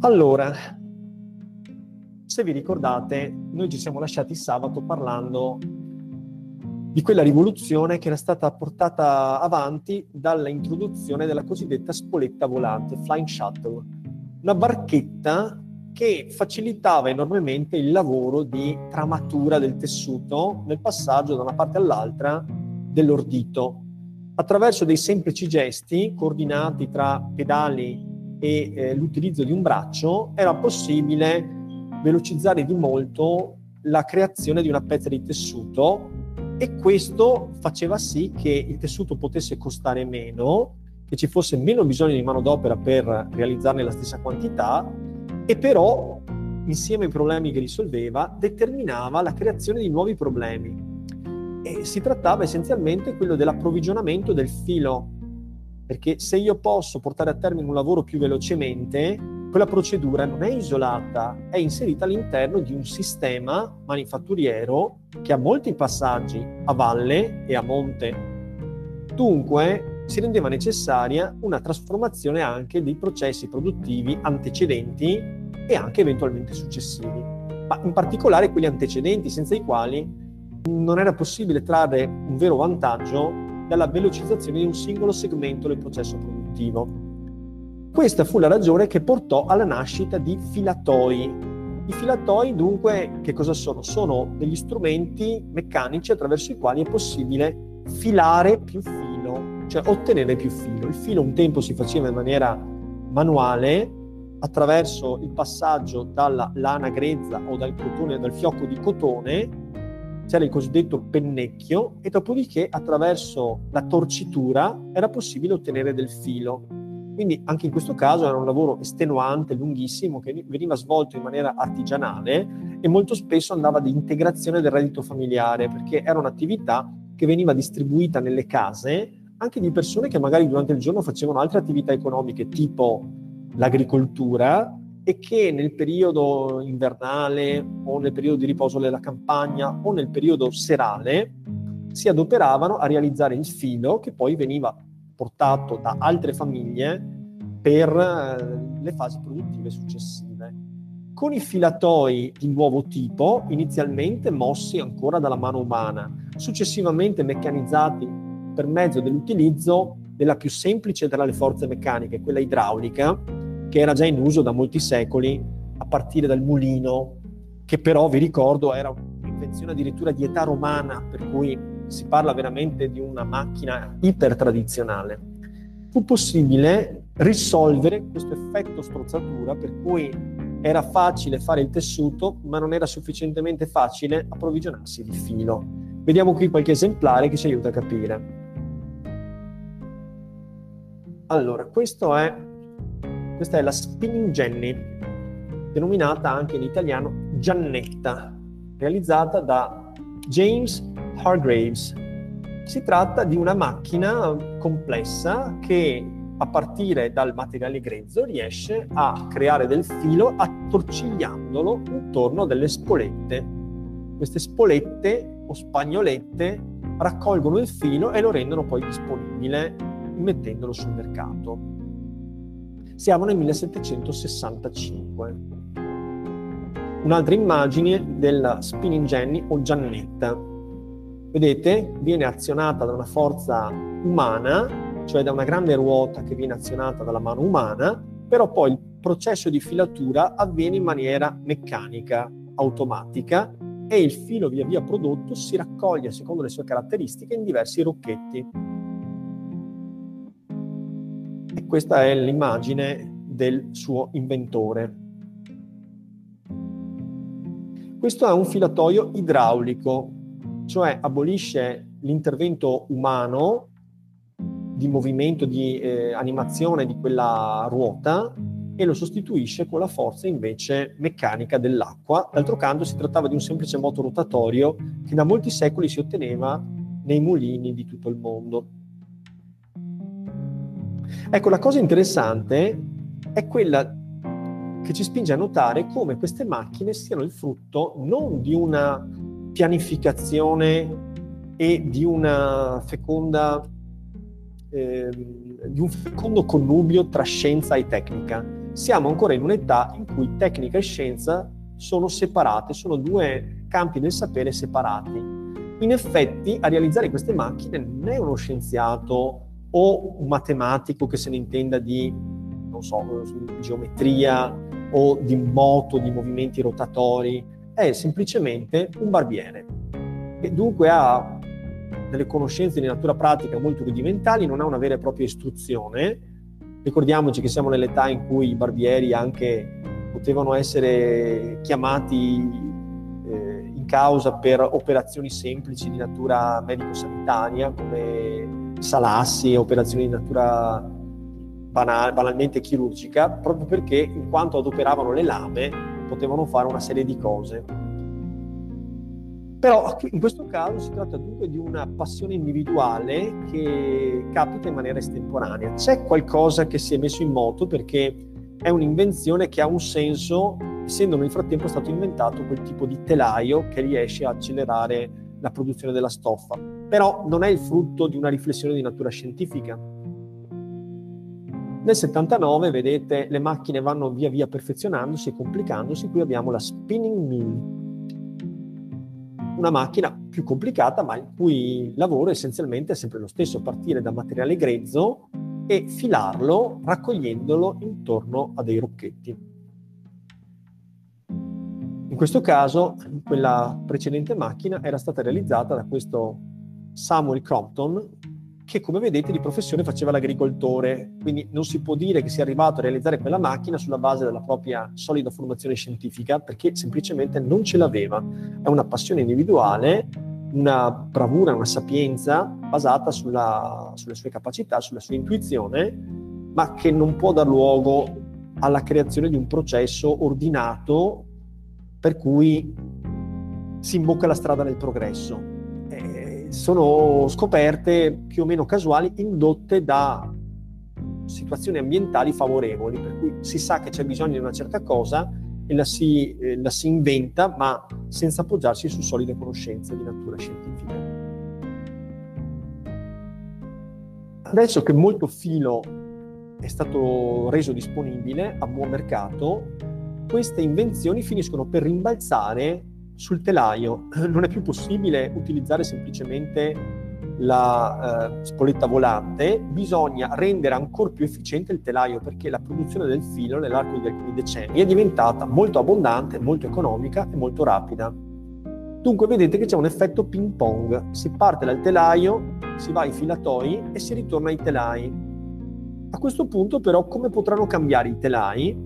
Allora, se vi ricordate, noi ci siamo lasciati sabato parlando di quella rivoluzione che era stata portata avanti dalla introduzione della cosiddetta spoletta volante, Flying Shuttle, una barchetta che facilitava enormemente il lavoro di tramatura del tessuto nel passaggio da una parte all'altra dell'ordito. Attraverso dei semplici gesti coordinati tra pedali e l'utilizzo di un braccio era possibile velocizzare di molto la creazione di una pezza di tessuto, e questo faceva sì che il tessuto potesse costare meno, che ci fosse meno bisogno di manodopera per realizzarne la stessa quantità, e però insieme ai problemi che risolveva determinava la creazione di nuovi problemi. E si trattava essenzialmente quello dell'approvvigionamento del filo, perché se io posso portare a termine un lavoro più velocemente, quella procedura non è isolata, è inserita all'interno di un sistema manifatturiero che ha molti passaggi a valle e a monte. Dunque si rendeva necessaria una trasformazione anche dei processi produttivi antecedenti e anche eventualmente successivi, ma in particolare quelli antecedenti, senza i quali non era possibile trarre un vero vantaggio dalla velocizzazione di un singolo segmento del processo produttivo. Questa fu la ragione che portò alla nascita di filatoi. I filatoi, dunque, che cosa sono? Sono degli strumenti meccanici attraverso i quali è possibile filare più filo, cioè ottenere più filo. Il filo un tempo si faceva in maniera manuale attraverso il passaggio dalla lana grezza o dal cotone, dal fiocco di cotone, c'era il cosiddetto pennecchio, e dopodiché attraverso la torcitura era possibile ottenere del filo. Quindi anche in questo caso era un lavoro estenuante, lunghissimo, che veniva svolto in maniera artigianale e molto spesso andava di integrazione del reddito familiare, perché era un'attività che veniva distribuita nelle case anche di persone che magari durante il giorno facevano altre attività economiche, tipo l'agricoltura, e che nel periodo invernale o nel periodo di riposo della campagna o nel periodo serale si adoperavano a realizzare il filo che poi veniva portato da altre famiglie per le fasi produttive successive. Con i filatoi di nuovo tipo, inizialmente mossi ancora dalla mano umana, successivamente meccanizzati per mezzo dell'utilizzo della più semplice tra le forze meccaniche, quella idraulica, che era già in uso da molti secoli, a partire dal mulino, che però, vi ricordo, era un'invenzione addirittura di età romana, per cui si parla veramente di una macchina iper tradizionale. Fu possibile risolvere questo effetto strozzatura, per cui era facile fare il tessuto, ma non era sufficientemente facile approvvigionarsi di filo. Vediamo qui qualche esemplare che ci aiuta a capire. Allora, questa è la Spinning Jenny, denominata anche in italiano Giannetta, realizzata da James Hargreaves. Si tratta di una macchina complessa che, a partire dal materiale grezzo, riesce a creare del filo attorcigliandolo intorno a delle spolette. Queste spolette o spagnolette raccolgono il filo e lo rendono poi disponibile, mettendolo sul mercato. Siamo nel 1765. Un'altra immagine della Spinning Jenny o Giannetta. Vedete? Viene azionata da una forza umana, cioè da una grande ruota che viene azionata dalla mano umana, però poi il processo di filatura avviene in maniera meccanica, automatica, e il filo via via prodotto si raccoglie secondo le sue caratteristiche in diversi rocchetti. E questa è l'immagine del suo inventore. Questo è un filatoio idraulico, cioè abolisce l'intervento umano di movimento, di animazione di quella ruota, e lo sostituisce con la forza invece meccanica dell'acqua. D'altro canto si trattava di un semplice moto rotatorio che da molti secoli si otteneva nei mulini di tutto il mondo. Ecco, la cosa interessante è quella che ci spinge a notare come queste macchine siano il frutto non di una pianificazione e di una di un fecondo connubio tra scienza e tecnica. siamo ancora in un'età in cui tecnica e scienza sono separate, sono due campi del sapere separati. In effetti, a realizzare queste macchine non è uno scienziato o un matematico che se ne intenda di, non so, geometria o di moto, di movimenti rotatori, è semplicemente un barbiere, che dunque ha delle conoscenze di natura pratica molto rudimentali, non ha una vera e propria istruzione. Ricordiamoci che siamo nell'età in cui i barbieri anche potevano essere chiamati in causa per operazioni semplici di natura medico-sanitaria, come salassi, operazioni di natura banalmente chirurgica, proprio perché in quanto adoperavano le lame potevano fare una serie di cose. Però in questo caso si tratta dunque di una passione individuale che capita in maniera estemporanea. C'è qualcosa che si è messo in moto perché è un'invenzione che ha un senso, essendo nel frattempo stato inventato quel tipo di telaio che riesce a accelerare la produzione della stoffa. Però non è il frutto di una riflessione di natura scientifica. Nel 79, vedete, le macchine vanno via via perfezionandosi e complicandosi. Qui abbiamo la spinning mill, una macchina più complicata, ma il cui lavoro essenzialmente è sempre lo stesso: partire da materiale grezzo e filarlo raccogliendolo intorno a dei rocchetti. In questo caso, quella precedente macchina era stata realizzata da questo Samuel Crompton, che come vedete di professione faceva l'agricoltore, quindi non si può dire che sia arrivato a realizzare quella macchina sulla base della propria solida formazione scientifica, perché semplicemente non ce l'aveva. È una passione individuale, una bravura, una sapienza basata sulle sue capacità, sulla sua intuizione, ma che non può dar luogo alla creazione di un processo ordinato per cui si imbocca la strada del progresso. Sono scoperte più o meno casuali, indotte da situazioni ambientali favorevoli, per cui si sa che c'è bisogno di una certa cosa e la si inventa, ma senza appoggiarsi su solide conoscenze di natura scientifica. Adesso che molto filo è stato reso disponibile a buon mercato, queste invenzioni finiscono per rimbalzare sul telaio. Non è più possibile utilizzare semplicemente la spoletta volante, bisogna rendere ancora più efficiente il telaio, perché la produzione del filo nell'arco di alcuni decenni è diventata molto abbondante, molto economica e molto rapida. Dunque vedete che c'è un effetto ping pong: si parte dal telaio, si va ai filatoi e si ritorna ai telai. A questo punto però come potranno cambiare i telai?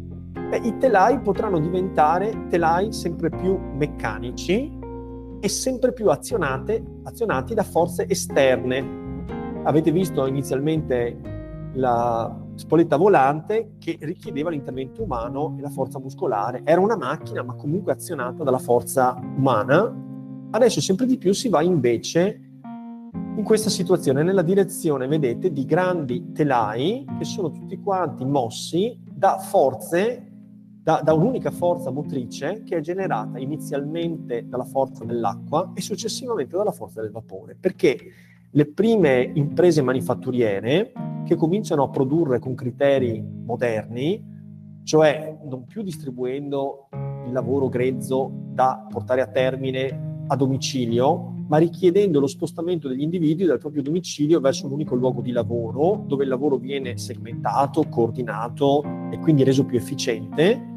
I telai potranno diventare telai sempre più meccanici e sempre più azionati da forze esterne. Avete visto inizialmente la spoletta volante che richiedeva l'intervento umano e la forza muscolare. Era una macchina, ma comunque azionata dalla forza umana. Adesso sempre di più si va invece in questa situazione nella direzione, vedete, di grandi telai che sono tutti quanti mossi da forze, da un'unica forza motrice che è generata inizialmente dalla forza dell'acqua e successivamente dalla forza del vapore, perché le prime imprese manifatturiere che cominciano a produrre con criteri moderni, cioè non più distribuendo il lavoro grezzo da portare a termine a domicilio, ma richiedendo lo spostamento degli individui dal proprio domicilio verso un unico luogo di lavoro, dove il lavoro viene segmentato, coordinato e quindi reso più efficiente.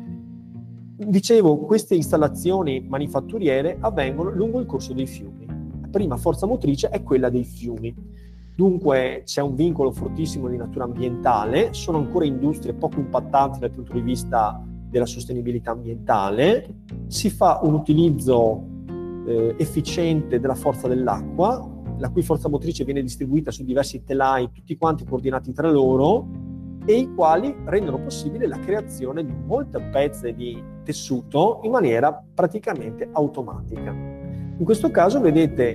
Dicevo, queste installazioni manifatturiere avvengono lungo il corso dei fiumi. La prima forza motrice è quella dei fiumi. Dunque c'è un vincolo fortissimo di natura ambientale, sono ancora industrie poco impattanti dal punto di vista della sostenibilità ambientale, si fa un utilizzo efficiente della forza dell'acqua, la cui forza motrice viene distribuita su diversi telai, tutti quanti coordinati tra loro, e i quali rendono possibile la creazione di molte pezze di tessuto in maniera praticamente automatica. In questo caso, vedete,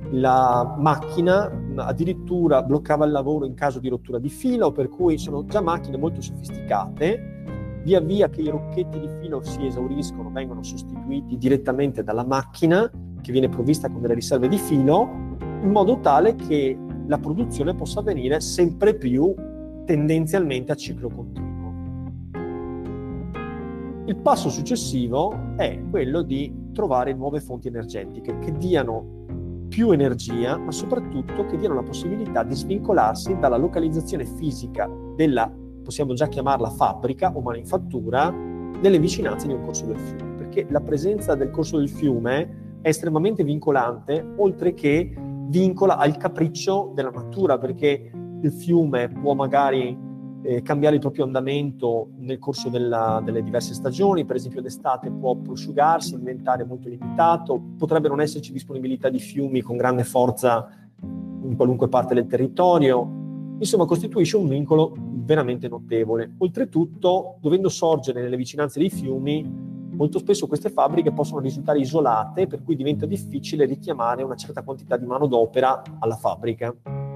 la macchina addirittura bloccava il lavoro in caso di rottura di filo, per cui sono già macchine molto sofisticate. Via via che i rocchetti di filo si esauriscono, vengono sostituiti direttamente dalla macchina, che viene provvista con delle riserve di filo, in modo tale che la produzione possa avvenire sempre più tendenzialmente a ciclo continuo. Il passo successivo è quello di trovare nuove fonti energetiche che diano più energia, ma soprattutto che diano la possibilità di svincolarsi dalla localizzazione fisica della, possiamo già chiamarla fabbrica o manifattura, nelle vicinanze di un corso del fiume, perché la presenza del corso del fiume è estremamente vincolante, oltre che vincola al capriccio della natura, perché il fiume può magari cambiare il proprio andamento nel corso delle diverse stagioni. Per esempio d'estate può prosciugarsi, diventare molto limitato, potrebbe non esserci disponibilità di fiumi con grande forza in qualunque parte del territorio. Insomma, costituisce un vincolo veramente notevole. Oltretutto, dovendo sorgere nelle vicinanze dei fiumi, molto spesso queste fabbriche possono risultare isolate, per cui diventa difficile richiamare una certa quantità di manodopera alla fabbrica.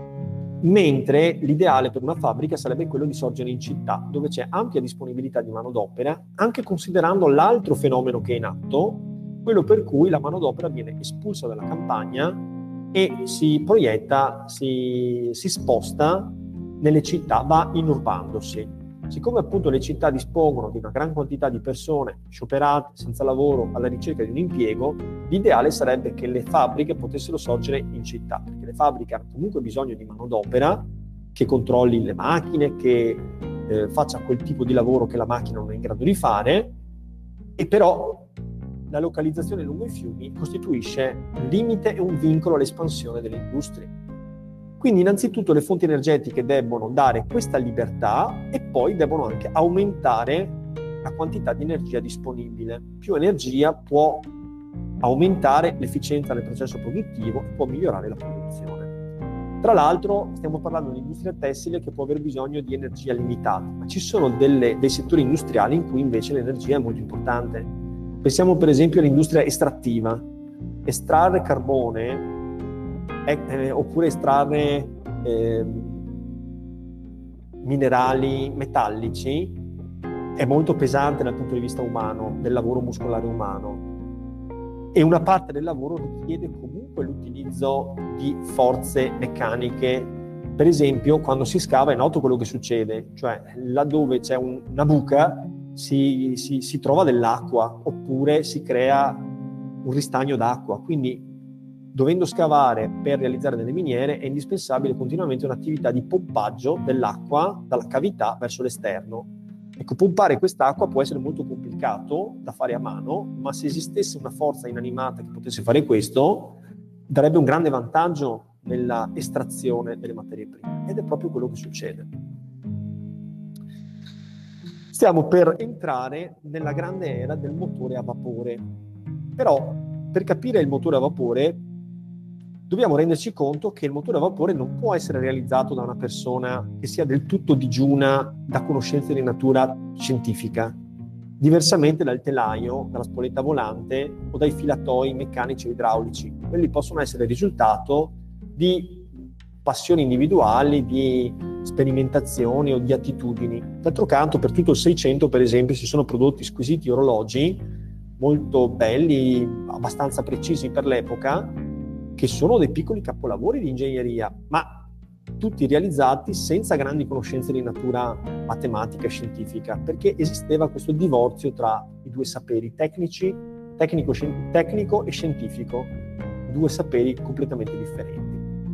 Mentre l'ideale per una fabbrica sarebbe quello di sorgere in città, dove c'è ampia disponibilità di manodopera, anche considerando l'altro fenomeno che è in atto, quello per cui la manodopera viene espulsa dalla campagna e si proietta, si sposta nelle città, va inurbandosi. Siccome appunto le città dispongono di una gran quantità di persone scioperate, senza lavoro, alla ricerca di un impiego, l'ideale sarebbe che le fabbriche potessero sorgere in città, perché le fabbriche hanno comunque bisogno di manodopera che controlli le macchine, che faccia quel tipo di lavoro che la macchina non è in grado di fare, e però la localizzazione lungo i fiumi costituisce un limite e un vincolo all'espansione delle industrie. Quindi innanzitutto le fonti energetiche debbono dare questa libertà e poi debbono anche aumentare la quantità di energia disponibile. Più energia può aumentare l'efficienza del processo produttivo e può migliorare la produzione. Tra l'altro stiamo parlando di un'industria tessile che può aver bisogno di energia limitata, ma ci sono dei settori industriali in cui invece l'energia è molto importante. Pensiamo per esempio all'industria estrattiva. Estrarre carbone oppure estrarre minerali metallici è molto pesante dal punto di vista umano, del lavoro muscolare umano, e una parte del lavoro richiede comunque l'utilizzo di forze meccaniche. Per esempio, quando si scava è noto quello che succede, cioè laddove c'è una buca si trova dell'acqua oppure si crea un ristagno d'acqua, quindi dovendo scavare per realizzare delle miniere è indispensabile continuamente un'attività di pompaggio dell'acqua dalla cavità verso l'esterno. Ecco, pompare quest'acqua può essere molto complicato da fare a mano, ma se esistesse una forza inanimata che potesse fare questo, darebbe un grande vantaggio nella estrazione delle materie prime, ed è proprio quello che succede. Stiamo per entrare nella grande era del motore a vapore. Però, per capire il motore a vapore, dobbiamo renderci conto che il motore a vapore non può essere realizzato da una persona che sia del tutto digiuna da conoscenze di natura scientifica, diversamente dal telaio, dalla spoletta volante o dai filatoi meccanici o idraulici. Quelli possono essere il risultato di passioni individuali, di sperimentazioni o di attitudini. D'altro canto, per tutto il Seicento, per esempio, si sono prodotti squisiti orologi molto belli, abbastanza precisi per l'epoca, che sono dei piccoli capolavori di ingegneria, ma tutti realizzati senza grandi conoscenze di natura matematica e scientifica, perché esisteva questo divorzio tra i due saperi tecnico e scientifico, due saperi completamente differenti.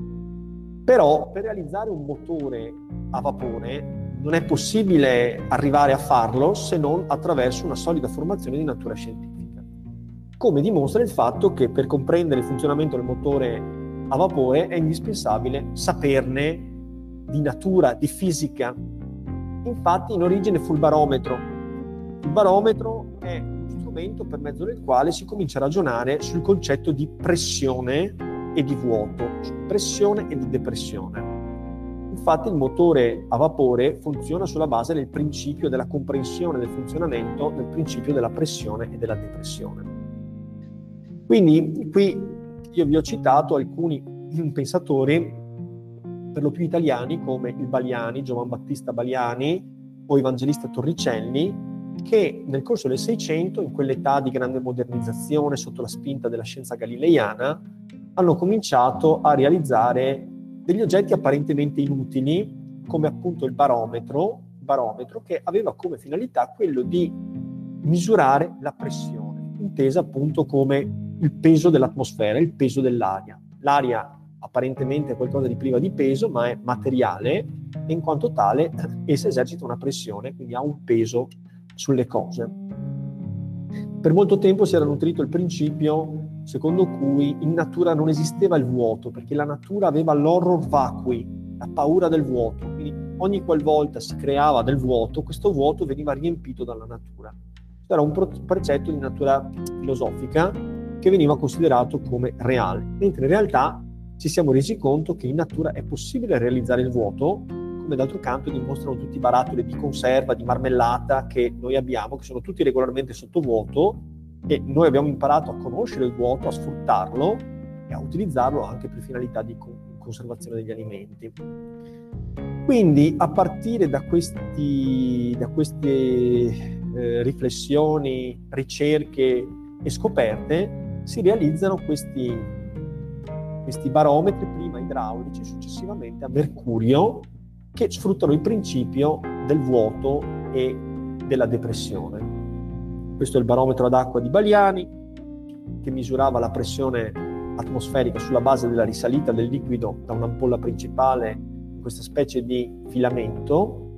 Però per realizzare un motore a vapore non è possibile arrivare a farlo se non attraverso una solida formazione di natura scientifica, come dimostra il fatto che per comprendere il funzionamento del motore a vapore è indispensabile saperne di natura, di fisica. Infatti in origine fu il barometro. Il barometro è uno strumento per mezzo del quale si comincia a ragionare sul concetto di pressione e di vuoto, pressione e di depressione. Infatti il motore a vapore funziona sulla base del principio della comprensione del funzionamento del principio della pressione e della depressione. Quindi qui io vi ho citato alcuni pensatori, per lo più italiani, come il Baliani, Giovan Battista Baliani o Evangelista Torricelli, che nel corso del Seicento, in quell'età di grande modernizzazione sotto la spinta della scienza galileiana, hanno cominciato a realizzare degli oggetti apparentemente inutili, come appunto il barometro che aveva come finalità quello di misurare la pressione, intesa appunto come il peso dell'atmosfera, il peso dell'aria. L'aria apparentemente è qualcosa di priva di peso, ma è materiale e in quanto tale essa esercita una pressione, quindi ha un peso sulle cose. Per molto tempo si era nutrito il principio secondo cui in natura non esisteva il vuoto, perché la natura aveva l'horror vacui, la paura del vuoto. Quindi ogni qualvolta si creava del vuoto, questo vuoto veniva riempito dalla natura. Questo era un precetto di natura filosofica che veniva considerato come reale, mentre in realtà ci siamo resi conto che in natura è possibile realizzare il vuoto, come d'altro canto dimostrano tutti i barattoli di conserva, di marmellata che noi abbiamo, che sono tutti regolarmente sotto vuoto, e noi abbiamo imparato a conoscere il vuoto, a sfruttarlo e a utilizzarlo anche per finalità di conservazione degli alimenti. Quindi a partire da queste riflessioni, ricerche e scoperte si realizzano questi barometri, prima idraulici, successivamente a mercurio, che sfruttano il principio del vuoto e della depressione. Questo è il barometro ad acqua di Baliani, che misurava la pressione atmosferica sulla base della risalita del liquido da un'ampolla principale in questa specie di filamento.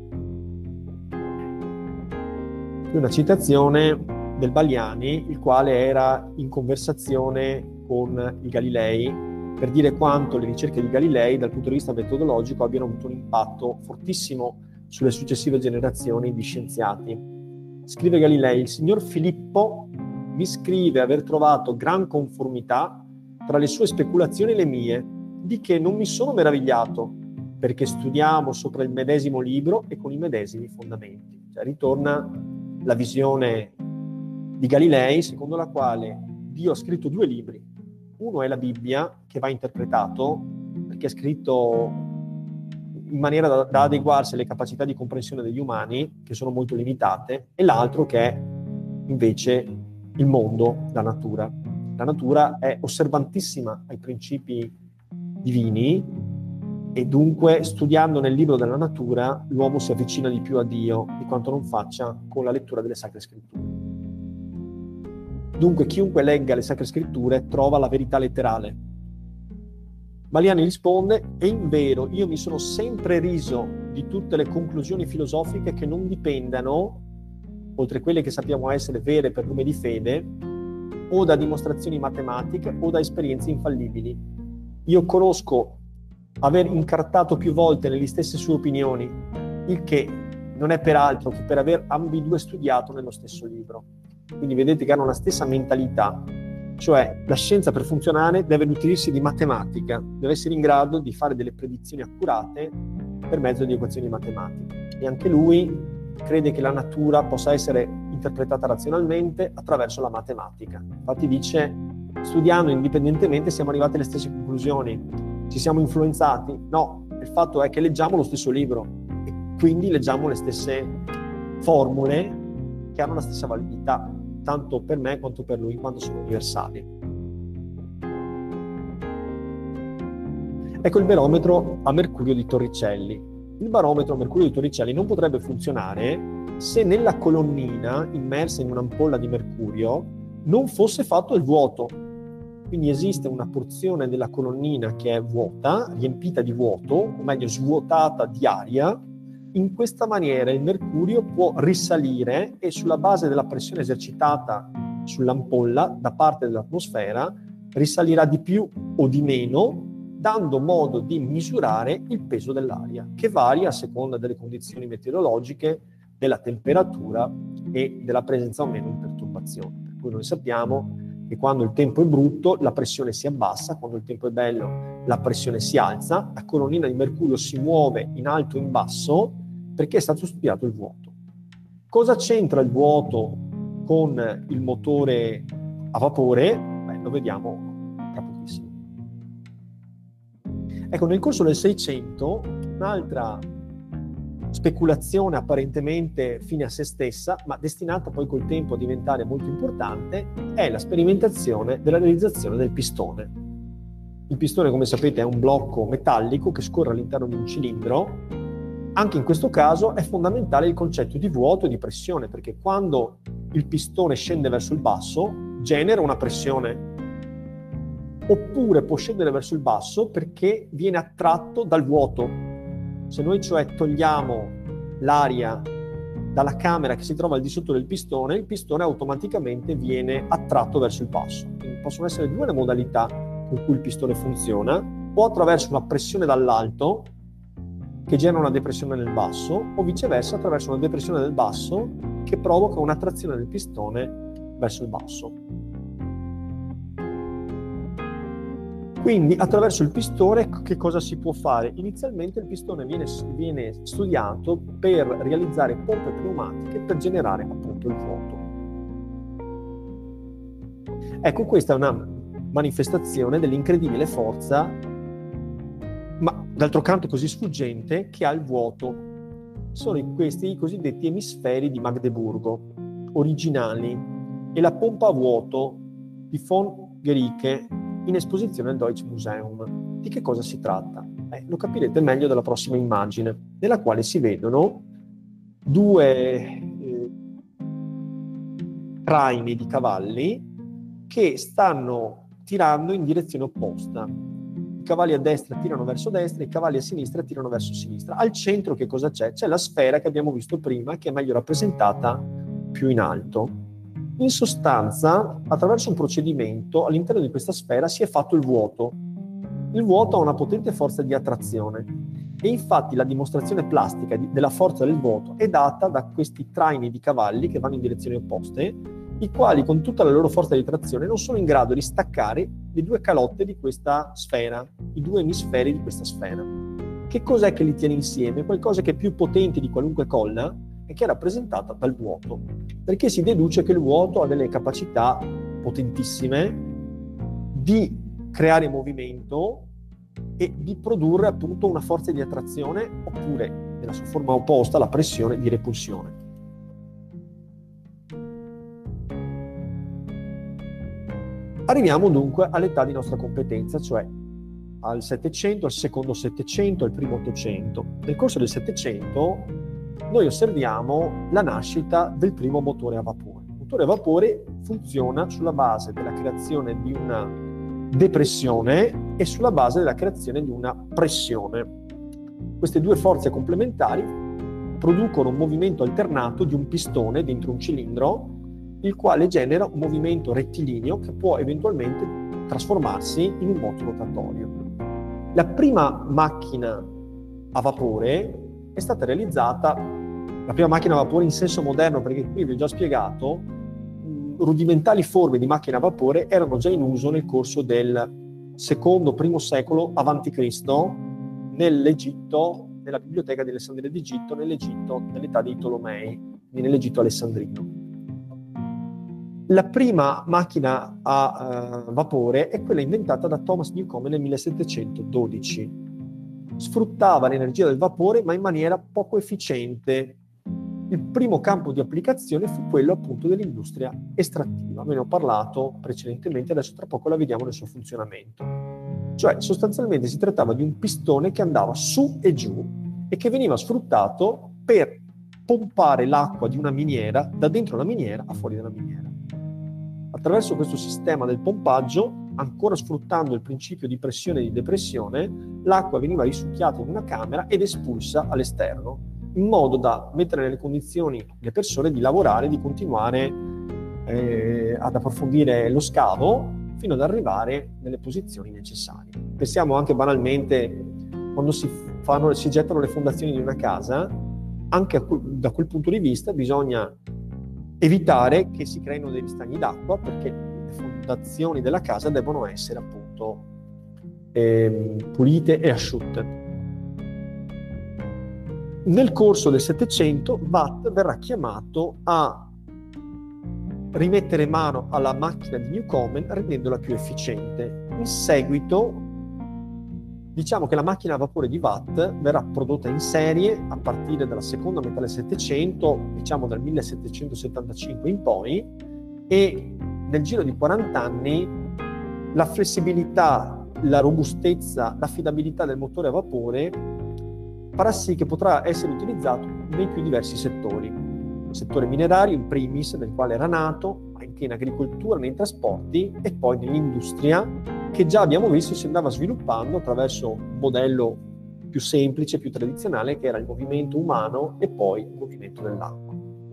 Qui una citazione del Baliani, il quale era in conversazione con i Galilei per dire quanto le ricerche di Galilei dal punto di vista metodologico abbiano avuto un impatto fortissimo sulle successive generazioni di scienziati. Scrive Galilei: il signor Filippo mi scrive aver trovato gran conformità tra le sue speculazioni e le mie, di che non mi sono meravigliato, perché studiamo sopra il medesimo libro e con i medesimi fondamenti. Cioè, ritorna la visione di Galilei, secondo la quale Dio ha scritto 2 libri. Uno è la Bibbia, che va interpretato, perché è scritto in maniera da adeguarsi alle capacità di comprensione degli umani, che sono molto limitate, e l'altro che è invece il mondo, la natura. La natura è osservantissima ai principi divini e dunque, studiando nel libro della natura, l'uomo si avvicina di più a Dio di quanto non faccia con la lettura delle Sacre Scritture. Dunque, chiunque legga le Sacre Scritture trova la verità letterale. Baliani risponde: e invero io mi sono sempre riso di tutte le conclusioni filosofiche che non dipendano, oltre quelle che sappiamo essere vere per nome di fede, o da dimostrazioni matematiche o da esperienze infallibili. Io conosco aver incartato più volte nelle stesse sue opinioni, il che non è peraltro che per aver ambidue studiato nello stesso libro. Quindi vedete che hanno la stessa mentalità. Cioè, la scienza per funzionare deve nutrirsi di matematica, deve essere in grado di fare delle predizioni accurate per mezzo di equazioni matematiche. E anche lui crede che la natura possa essere interpretata razionalmente attraverso la matematica. Infatti dice: studiando indipendentemente siamo arrivati alle stesse conclusioni. Ci siamo influenzati? No, il fatto è che leggiamo lo stesso libro e quindi leggiamo le stesse formule che hanno la stessa validità, tanto per me quanto per lui, in quanto sono universali. Ecco il barometro a mercurio di Torricelli. Il barometro a mercurio di Torricelli non potrebbe funzionare se nella colonnina immersa in un'ampolla di mercurio non fosse fatto il vuoto. Quindi esiste una porzione della colonnina che è vuota, riempita di vuoto, o meglio svuotata di aria. In questa maniera il mercurio può risalire e sulla base della pressione esercitata sull'ampolla da parte dell'atmosfera risalirà di più o di meno, dando modo di misurare il peso dell'aria, che varia a seconda delle condizioni meteorologiche, della temperatura e della presenza o meno di perturbazioni. Per cui noi sappiamo che quando il tempo è brutto la pressione si abbassa, quando il tempo è bello la pressione si alza, la colonnina di mercurio si muove in alto e in basso perché è stato studiato il vuoto. Cosa c'entra il vuoto con il motore a vapore? Lo vediamo tra pochissimo. Ecco, nel corso del 600 un'altra speculazione apparentemente fine a se stessa, ma destinata poi col tempo a diventare molto importante, è la sperimentazione della realizzazione del pistone. Il pistone, come sapete, è un blocco metallico che scorre all'interno di un cilindro. Anche in questo caso è fondamentale il concetto di vuoto e di pressione, perché quando il pistone scende verso il basso, genera una pressione, oppure può scendere verso il basso perché viene attratto dal vuoto. Se noi cioè togliamo l'aria dalla camera che si trova al di sotto del pistone, il pistone automaticamente viene attratto verso il basso. Quindi possono essere due le modalità con cui il pistone funziona, o attraverso una pressione dall'alto che genera una depressione nel basso, o viceversa attraverso una depressione del basso che provoca un'attrazione del pistone verso il basso. Quindi attraverso il pistone che cosa si può fare? Inizialmente il pistone viene studiato per realizzare pompe pneumatiche per generare appunto il vuoto. Ecco, questa è una manifestazione dell'incredibile forza, ma d'altro canto così sfuggente, che ha il vuoto. Sono questi i cosiddetti emisferi di Magdeburgo, originali, e la pompa a vuoto di von Guericke in esposizione al Deutsches Museum. Di che cosa si tratta? Lo capirete meglio dalla prossima immagine, nella quale si vedono due traini di cavalli che stanno tirando in direzione opposta. I cavalli a destra tirano verso destra, i cavalli a sinistra tirano verso sinistra. Al centro che cosa c'è? C'è la sfera che abbiamo visto prima, che è meglio rappresentata più in alto. In sostanza, attraverso un procedimento, all'interno di questa sfera si è fatto il vuoto. Il vuoto ha una potente forza di attrazione e infatti la dimostrazione plastica della forza del vuoto è data da questi traini di cavalli che vanno in direzioni opposte, i quali con tutta la loro forza di trazione non sono in grado di staccare le due calotte di questa sfera, i due emisferi di questa sfera. Che cos'è che li tiene insieme? Qualcosa che è più potente di qualunque colla e che è rappresentata dal vuoto, perché si deduce che il vuoto ha delle capacità potentissime di creare movimento e di produrre appunto una forza di attrazione, oppure nella sua forma opposta la pressione di repulsione. Arriviamo dunque all'età di nostra competenza, cioè al Settecento, al secondo Settecento, al primo Ottocento. Nel corso del Settecento noi osserviamo la nascita del primo motore a vapore. Il motore a vapore funziona sulla base della creazione di una depressione e sulla base della creazione di una pressione. Queste due forze complementari producono un movimento alternato di un pistone dentro un cilindro, il quale genera un movimento rettilineo che può eventualmente trasformarsi in un moto rotatorio. La prima macchina a vapore è stata realizzata, la prima macchina a vapore in senso moderno, perché qui vi ho già spiegato, rudimentali forme di macchina a vapore erano già in uso nel corso del secondo-primo secolo a.C. nell'Egitto, nella biblioteca di Alessandria d'Egitto, nell'Egitto nell'età dei Tolomei, quindi nell'Egitto alessandrino. La prima macchina a vapore è quella inventata da Thomas Newcomen nel 1712. Sfruttava l'energia del vapore ma in maniera poco efficiente. Il primo campo di applicazione fu quello appunto dell'industria estrattiva. Ve ne ho parlato precedentemente, adesso tra poco la vediamo nel suo funzionamento. Cioè sostanzialmente si trattava di un pistone che andava su e giù e che veniva sfruttato per pompare l'acqua di una miniera da dentro la miniera a fuori dalla miniera. Attraverso questo sistema del pompaggio, ancora sfruttando il principio di pressione e di depressione, l'acqua veniva risucchiata in una camera ed espulsa all'esterno, in modo da mettere nelle condizioni le persone di lavorare, di continuare ad approfondire lo scavo fino ad arrivare nelle posizioni necessarie. Pensiamo anche banalmente quando si gettano le fondazioni di una casa, anche da quel punto di vista bisogna evitare che si creino dei ristagni d'acqua, perché le fondazioni della casa devono essere appunto pulite e asciutte. Nel corso del Settecento Watt verrà chiamato a rimettere mano alla macchina di Newcomen rendendola più efficiente. In seguito diciamo che la macchina a vapore di Watt verrà prodotta in serie a partire dalla seconda metà del Settecento, diciamo dal 1775 in poi, e nel giro di 40 anni la flessibilità, la robustezza, l'affidabilità del motore a vapore farà sì che potrà essere utilizzato nei più diversi settori. settore minerario in primis, nel quale era nato, anche in agricoltura, nei trasporti e poi nell'industria, che già abbiamo visto si andava sviluppando attraverso un modello più semplice, più tradizionale, che era il movimento umano e poi il movimento dell'acqua.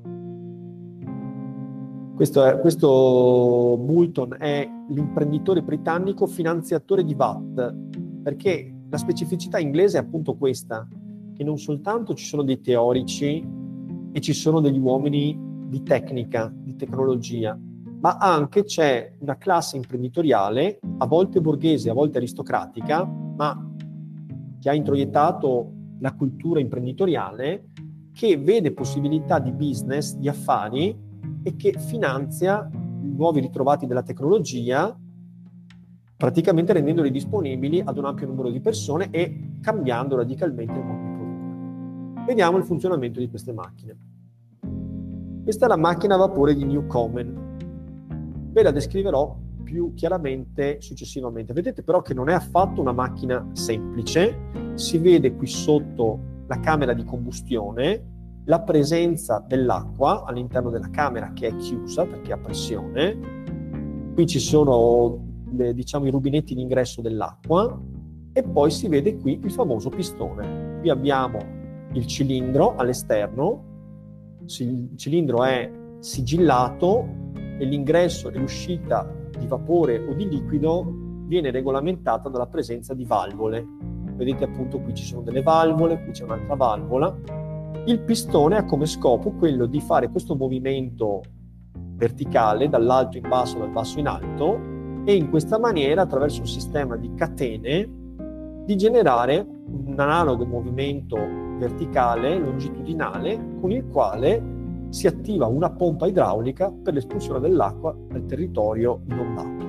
Questo Boulton è l'imprenditore britannico finanziatore di VAT, perché la specificità inglese è appunto questa, che non soltanto ci sono dei teorici e ci sono degli uomini di tecnica, di tecnologia, ma anche c'è una classe imprenditoriale, a volte borghese, a volte aristocratica, ma che ha introiettato la cultura imprenditoriale, che vede possibilità di business, di affari, e che finanzia i nuovi ritrovati della tecnologia, praticamente rendendoli disponibili ad un ampio numero di persone e cambiando radicalmente il modo di produrre. Vediamo il funzionamento di queste macchine. Questa è la macchina a vapore di Newcomen. Ve la descriverò più chiaramente successivamente. Vedete però che non è affatto una macchina semplice. Si vede qui sotto la camera di combustione, la presenza dell'acqua all'interno della camera che è chiusa perché è a pressione. Qui ci sono diciamo i rubinetti d'ingresso dell'acqua e poi si vede qui il famoso pistone. Qui abbiamo il cilindro all'esterno, il cilindro è sigillato e l'ingresso e l'uscita di vapore o di liquido viene regolamentata dalla presenza di valvole. Vedete appunto qui ci sono delle valvole, qui c'è un'altra valvola. Il pistone ha come scopo quello di fare questo movimento verticale dall'alto in basso, dal basso in alto, e in questa maniera, attraverso un sistema di catene, di generare un analogo movimento verticale, longitudinale, con il quale si attiva una pompa idraulica per l'espulsione dell'acqua dal territorio inondato.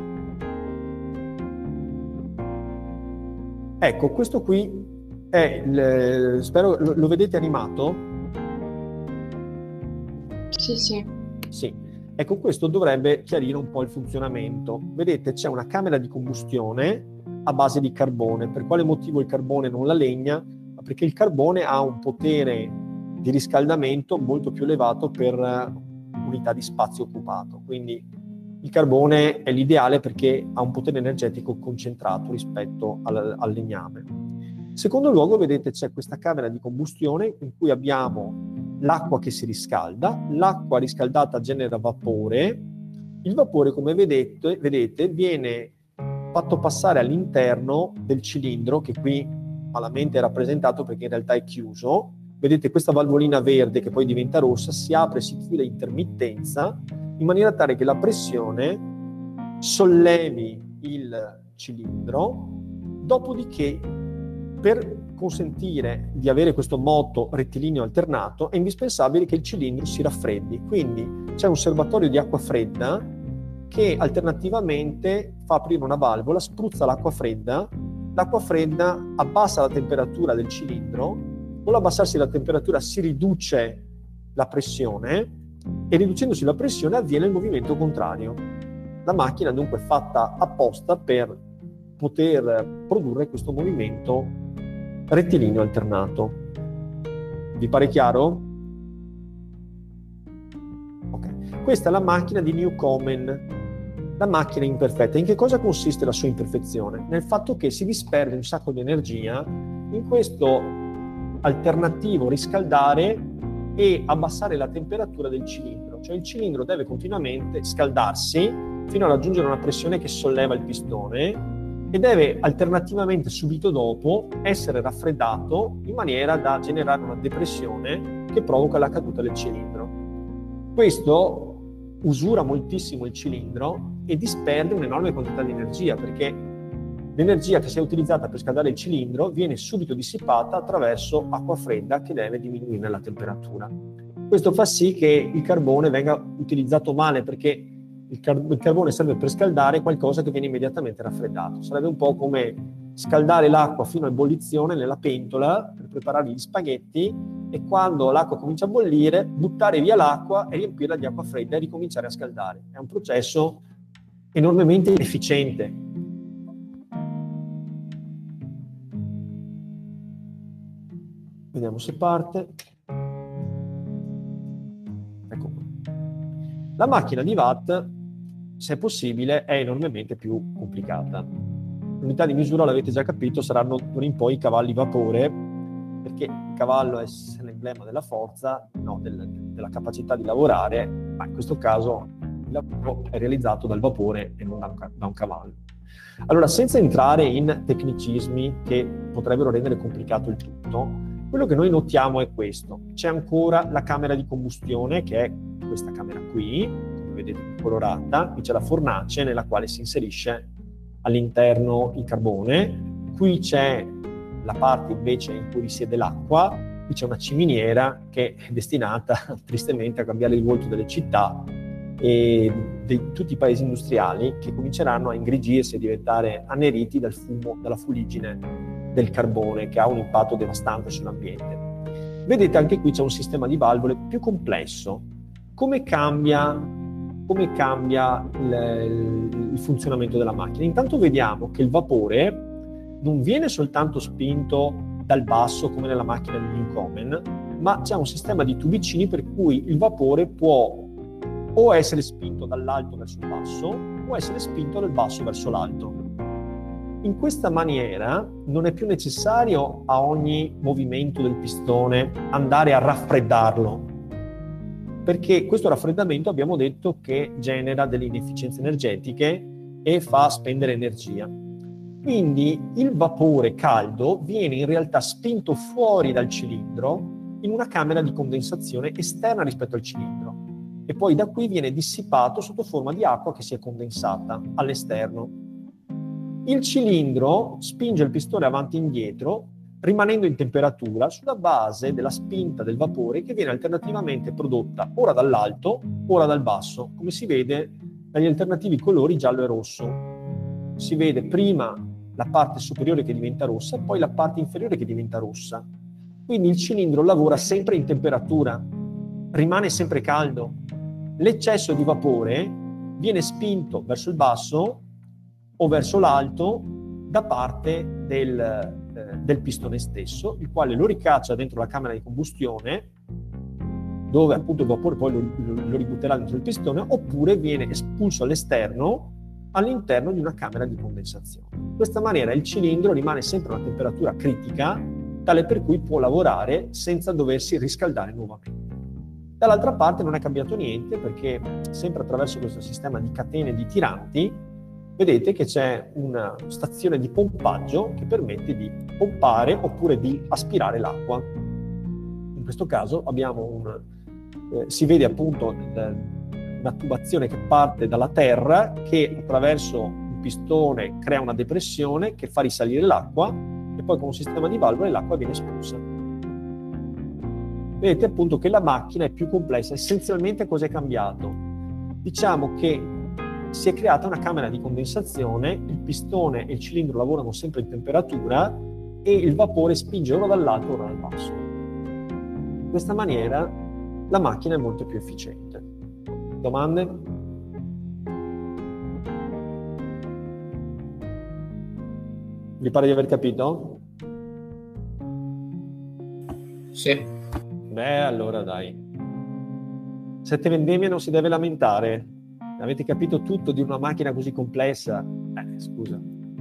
Ecco, questo qui è spero lo vedete animato? Sì, sì. Sì. Ecco, questo dovrebbe chiarire un po' il funzionamento. Vedete, c'è una camera di combustione a base di carbone. Per quale motivo il carbone non la legna? Perché il carbone ha un potere di riscaldamento molto più elevato per unità di spazio occupato. Quindi il carbone è l'ideale perché ha un potere energetico concentrato rispetto al legname. In secondo luogo, vedete, c'è questa camera di combustione in cui abbiamo l'acqua che si riscalda, l'acqua riscaldata genera vapore, il vapore, come vedete, viene fatto passare all'interno del cilindro, che qui malamente è rappresentato perché in realtà è chiuso. Vedete questa valvolina verde che poi diventa rossa, si apre e si chiude a intermittenza, in maniera tale che la pressione sollevi il cilindro, dopodiché per consentire di avere questo moto rettilineo alternato è indispensabile che il cilindro si raffreddi, quindi c'è un serbatoio di acqua fredda che alternativamente fa aprire una valvola, spruzza l'acqua fredda abbassa la temperatura del cilindro, con l'abbassarsi della temperatura si riduce la pressione e riducendosi la pressione avviene il movimento contrario. La macchina dunque è fatta apposta per poter produrre questo movimento rettilineo alternato. Vi pare chiaro? Ok. Questa è la macchina di Newcomen, la macchina imperfetta. In che cosa consiste la sua imperfezione? Nel fatto che si disperde un sacco di energia in questo alternativo riscaldare e abbassare la temperatura del cilindro. Cioè il cilindro deve continuamente scaldarsi fino a raggiungere una pressione che solleva il pistone e deve alternativamente subito dopo essere raffreddato in maniera da generare una depressione che provoca la caduta del cilindro. Questo usura moltissimo il cilindro e disperde un'enorme quantità di energia, perché l'energia che si è utilizzata per scaldare il cilindro viene subito dissipata attraverso acqua fredda che deve diminuire la temperatura. Questo fa sì che il carbone venga utilizzato male, perché il carbone serve per scaldare qualcosa che viene immediatamente raffreddato. Sarebbe un po' come scaldare l'acqua fino a ebollizione nella pentola per preparare gli spaghetti e quando l'acqua comincia a bollire buttare via l'acqua e riempirla di acqua fredda e ricominciare a scaldare. È un processo enormemente inefficiente. Vediamo se parte. La macchina di watt, se possibile, è enormemente più complicata. L'unità di misura, l'avete già capito, saranno d'ora in poi i cavalli vapore, perché il cavallo è l'emblema della forza, no, della capacità di lavorare, ma in questo caso il lavoro è realizzato dal vapore e non da un cavallo. Allora, senza entrare in tecnicismi che potrebbero rendere complicato il tutto, quello che noi notiamo è questo. C'è ancora la camera di combustione, che è questa camera qui, come vedete colorata. Qui c'è la fornace nella quale si inserisce all'interno il carbone. Qui c'è la parte invece in cui risiede l'acqua. Qui c'è una ciminiera che è destinata tristemente a cambiare il volto delle città e di tutti i paesi industriali, che cominceranno a ingrigirsi e a diventare anneriti dal fumo, dalla fuliggine del carbone, che ha un impatto devastante sull'ambiente. Vedete, anche qui c'è un sistema di valvole più complesso. Come cambia il funzionamento della macchina? Intanto vediamo che il vapore non viene soltanto spinto dal basso come nella macchina di Newcomen, ma c'è un sistema di tubicini per cui il vapore può o essere spinto dall'alto verso il basso o essere spinto dal basso verso l'alto. In questa maniera non è più necessario a ogni movimento del pistone andare a raffreddarlo, perché questo raffreddamento abbiamo detto che genera delle inefficienze energetiche e fa spendere energia. Quindi il vapore caldo viene in realtà spinto fuori dal cilindro in una camera di condensazione esterna rispetto al cilindro e poi da qui viene dissipato sotto forma di acqua che si è condensata all'esterno. Il cilindro spinge il pistone avanti e indietro rimanendo in temperatura sulla base della spinta del vapore che viene alternativamente prodotta ora dall'alto, ora dal basso, come si vede dagli alternativi colori giallo e rosso. Si vede prima la parte superiore che diventa rossa e poi la parte inferiore che diventa rossa. Quindi il cilindro lavora sempre in temperatura, rimane sempre caldo. L'eccesso di vapore viene spinto verso il basso o verso l'alto da parte del pistone stesso, il quale lo ricaccia dentro la camera di combustione, dove appunto il vapore poi lo ributterà dentro il pistone, oppure viene espulso all'esterno all'interno di una camera di condensazione. In questa maniera il cilindro rimane sempre a una temperatura critica, tale per cui può lavorare senza doversi riscaldare nuovamente. Dall'altra parte non è cambiato niente, perché sempre attraverso questo sistema di catene di tiranti vedete che c'è una stazione di pompaggio che permette di pompare oppure di aspirare l'acqua. In questo caso abbiamo si vede appunto una tubazione che parte dalla terra, che attraverso un pistone crea una depressione che fa risalire l'acqua e poi con un sistema di valvole l'acqua viene espulsa. Vedete appunto che la macchina è più complessa. Essenzialmente cosa è cambiato? Diciamo che si è creata una camera di condensazione, il pistone e il cilindro lavorano sempre in temperatura e il vapore spinge ora dall'alto ora dal basso. In questa maniera la macchina è molto più efficiente. Domande? Vi pare di aver capito? Sì. Beh, allora dai. Sette vendemmie non si deve lamentare. Avete capito tutto di una macchina così complessa? Scusa.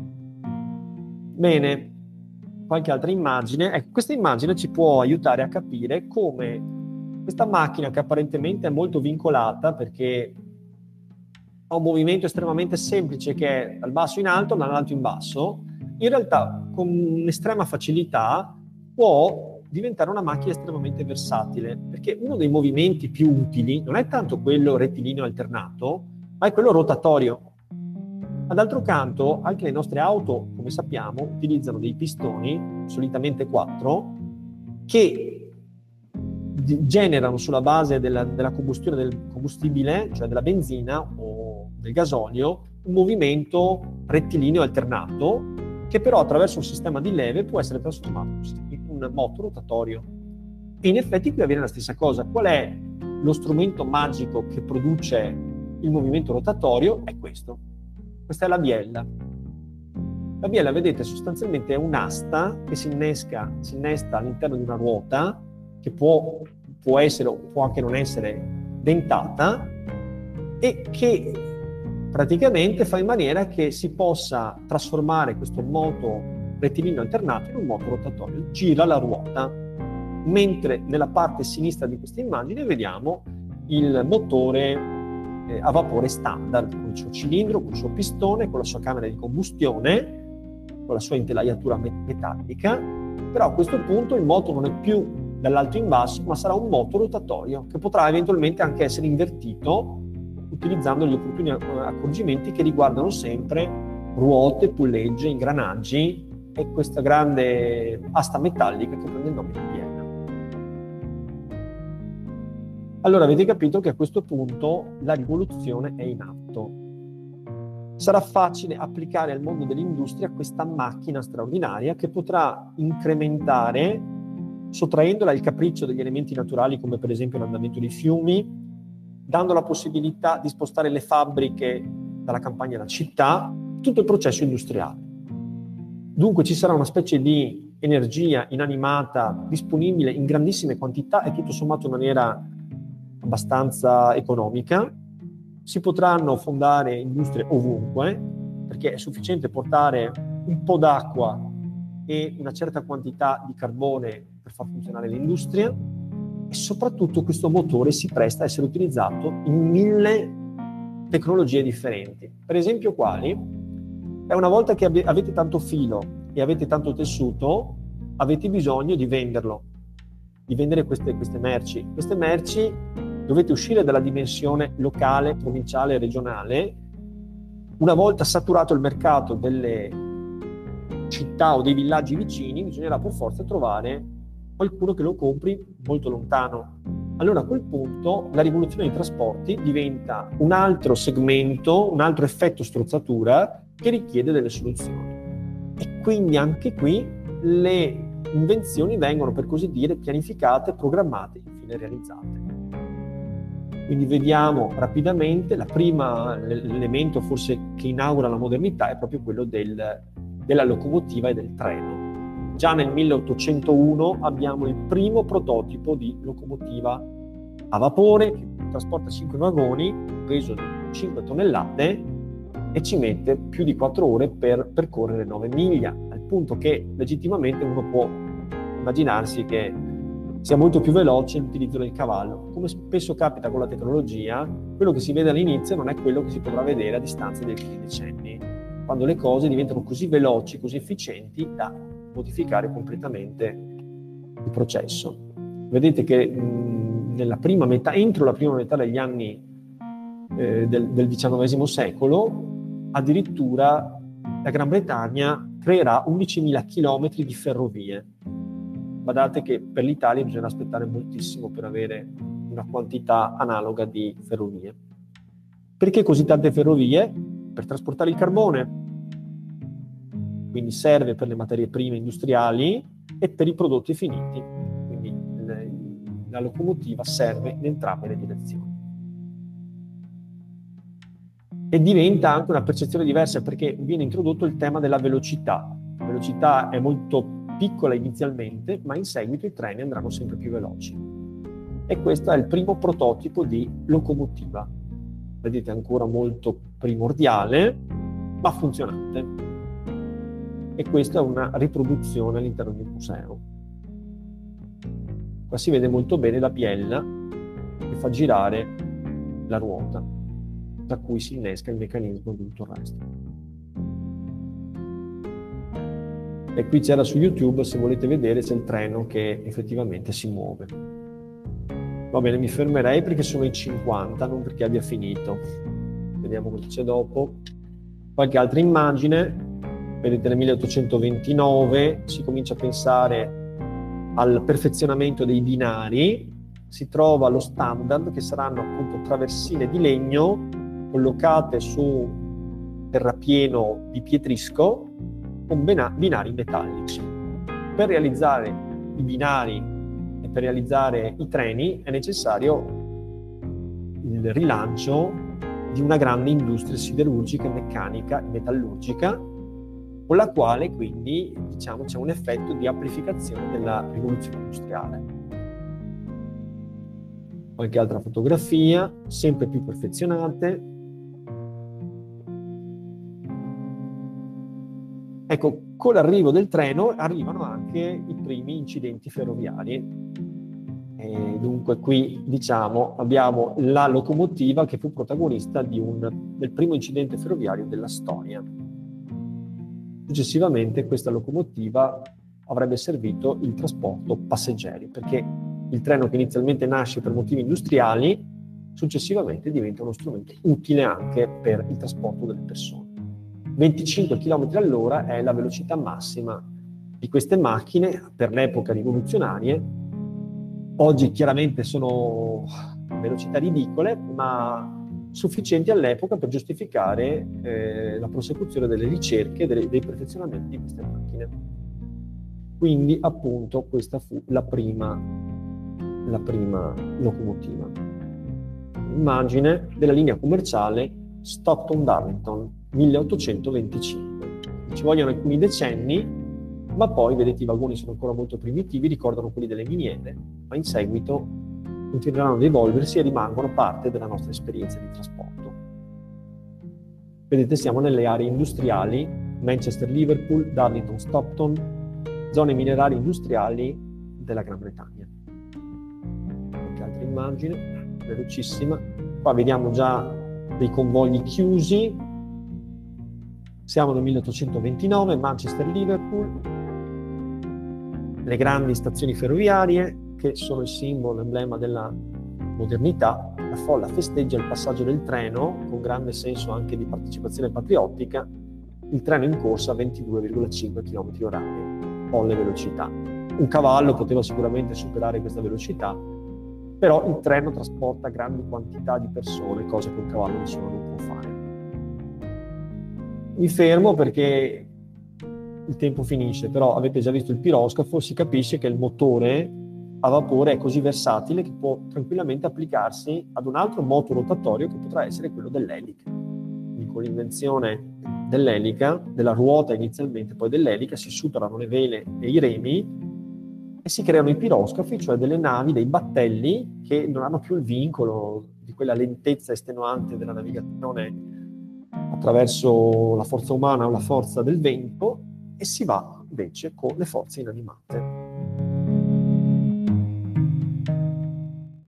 Bene, qualche altra immagine. Ecco, questa immagine ci può aiutare a capire come questa macchina, che apparentemente è molto vincolata perché ha un movimento estremamente semplice che è dal basso in alto, dall'alto in basso, in realtà con un'estrema facilità può diventare una macchina estremamente versatile, perché uno dei movimenti più utili non è tanto quello rettilineo alternato, ma è quello rotatorio. D'altro canto, anche le nostre auto, come sappiamo, utilizzano dei pistoni, solitamente 4, che generano sulla base della combustione del combustibile, cioè della benzina o del gasolio, un movimento rettilineo alternato che però attraverso un sistema di leve può essere trasformato in un moto rotatorio. E in effetti qui avviene la stessa cosa. Qual è lo strumento magico che produce il movimento rotatorio? È questo. Questa è la biella. La biella, vedete, sostanzialmente è un'asta che si innesta all'interno di una ruota che può essere o può anche non essere dentata, e che praticamente fa in maniera che si possa trasformare questo moto rettilineo alternato in un moto rotatorio. Gira la ruota, mentre nella parte sinistra di questa immagine vediamo il motore a vapore standard, con il suo cilindro, con il suo pistone, con la sua camera di combustione, con la sua intelaiatura metallica. Però a questo punto il moto non è più dall'alto in basso, ma sarà un moto rotatorio che potrà eventualmente anche essere invertito utilizzando gli opportuni accorgimenti che riguardano sempre ruote, pulegge, ingranaggi e questa grande asta metallica che prende il nome di biella. Allora avete capito che a questo punto la rivoluzione è in atto. Sarà facile applicare al mondo dell'industria questa macchina straordinaria che potrà incrementare, sottraendola al capriccio degli elementi naturali come per esempio l'andamento dei fiumi, dando la possibilità di spostare le fabbriche dalla campagna alla città, tutto il processo industriale. Dunque ci sarà una specie di energia inanimata disponibile in grandissime quantità e tutto sommato in maniera abbastanza economica. Si potranno fondare industrie ovunque, perché è sufficiente portare un po' d'acqua e una certa quantità di carbone per far funzionare l'industria, e soprattutto questo motore si presta a essere utilizzato in 1000 tecnologie differenti. Per esempio quali? Una volta che avete tanto filo e avete tanto tessuto, avete bisogno di venderlo, di vendere queste merci. Queste merci dovete uscire dalla dimensione locale, provinciale, regionale. Una volta saturato il mercato delle città o dei villaggi vicini, bisognerà per forza trovare qualcuno che lo compri molto lontano. Allora a quel punto la rivoluzione dei trasporti diventa un altro segmento, un altro effetto strozzatura che richiede delle soluzioni. E quindi anche qui le invenzioni vengono, per così dire, pianificate, programmate e infine realizzate. Quindi vediamo rapidamente l'elemento forse che inaugura la modernità è proprio quello della locomotiva e del treno. Già nel 1801 abbiamo il primo prototipo di locomotiva a vapore che trasporta 5 vagoni, peso di 5 tonnellate e ci mette più di 4 ore per percorrere 9 miglia, al punto che legittimamente uno può immaginarsi che sia molto più veloce l'utilizzo del cavallo. Come spesso capita con la tecnologia, quello che si vede all'inizio non è quello che si potrà vedere a distanza di alcuni decenni, quando le cose diventano così veloci, così efficienti da modificare completamente il processo. Vedete che entro la prima metà degli anni del XIX secolo, addirittura la Gran Bretagna creerà 11.000 chilometri di ferrovie. Badate che per l'Italia bisogna aspettare moltissimo per avere una quantità analoga di ferrovie. Perché così tante ferrovie? Per trasportare il carbone, quindi serve per le materie prime industriali e per i prodotti finiti, quindi la locomotiva serve in entrambe le direzioni. E diventa anche una percezione diversa perché viene introdotto il tema della velocità. La velocità è molto piccola inizialmente, ma in seguito i treni andranno sempre più veloci. E questo è il primo prototipo di locomotiva. Vedete, ancora molto primordiale, ma funzionante. E questa è una riproduzione all'interno del museo. Qua si vede molto bene la biella che fa girare la ruota, da cui si innesca il meccanismo di tutto il resto. E qui c'era su YouTube, se volete vedere, c'è il treno che effettivamente si muove. Va bene, mi fermerei perché sono i 50, non perché abbia finito. Vediamo cosa c'è dopo. Qualche altra immagine. Vedete, nel 1829 si comincia a pensare al perfezionamento dei binari. Si trova lo standard, che saranno appunto traversine di legno collocate su terrapieno di pietrisco con binari metallici. Per realizzare i binari e per realizzare i treni è necessario il rilancio di una grande industria siderurgica, meccanica e metallurgica, con la quale quindi c'è un effetto di amplificazione della rivoluzione industriale. qualche altra fotografia, sempre più perfezionate. Ecco, con l'arrivo del treno arrivano anche i primi incidenti ferroviari. E dunque qui, diciamo, abbiamo la locomotiva che fu protagonista del primo incidente ferroviario della storia. Successivamente questa locomotiva avrebbe servito il trasporto passeggeri, perché il treno, che inizialmente nasce per motivi industriali, successivamente diventa uno strumento utile anche per il trasporto delle persone. 25 km all'ora è la velocità massima di queste macchine per l'epoca rivoluzionarie. Oggi chiaramente sono velocità ridicole, ma sufficienti all'epoca per giustificare la prosecuzione delle ricerche, dei perfezionamenti di queste macchine. Quindi, appunto, questa fu la prima locomotiva. Immagine della linea commerciale Stockton-Darlington, 1825. Ci vogliono alcuni decenni, ma poi, vedete, i vagoni sono ancora molto primitivi, ricordano quelli delle miniere, ma in seguito continueranno ad evolversi e rimangono parte della nostra esperienza di trasporto. Vedete, siamo nelle aree industriali, Manchester-Liverpool, Darlington-Stockton, zone minerarie industriali della Gran Bretagna. Qualche altra immagine, velocissima. Qua vediamo già dei convogli chiusi. Siamo nel 1829, Manchester-Liverpool. Le grandi stazioni ferroviarie, che sono il simbolo, l'emblema della modernità. La folla festeggia il passaggio del treno, con grande senso anche di partecipazione patriottica, il treno in corsa a 22,5 km/h, folle velocità. Un cavallo poteva sicuramente superare questa velocità, però il treno trasporta grandi quantità di persone, cosa che un cavallo insomma non può fare. Mi fermo perché il tempo finisce, però avete già visto il piroscafo, si capisce che il motore a vapore è così versatile che può tranquillamente applicarsi ad un altro moto rotatorio che potrà essere quello dell'elica. Quindi con l'invenzione dell'elica, della ruota inizialmente, poi dell'elica, si superano le vele e i remi e si creano i piroscafi, cioè delle navi, dei battelli che non hanno più il vincolo di quella lentezza estenuante della navigazione attraverso la forza umana o la forza del vento, e si va invece con le forze inanimate.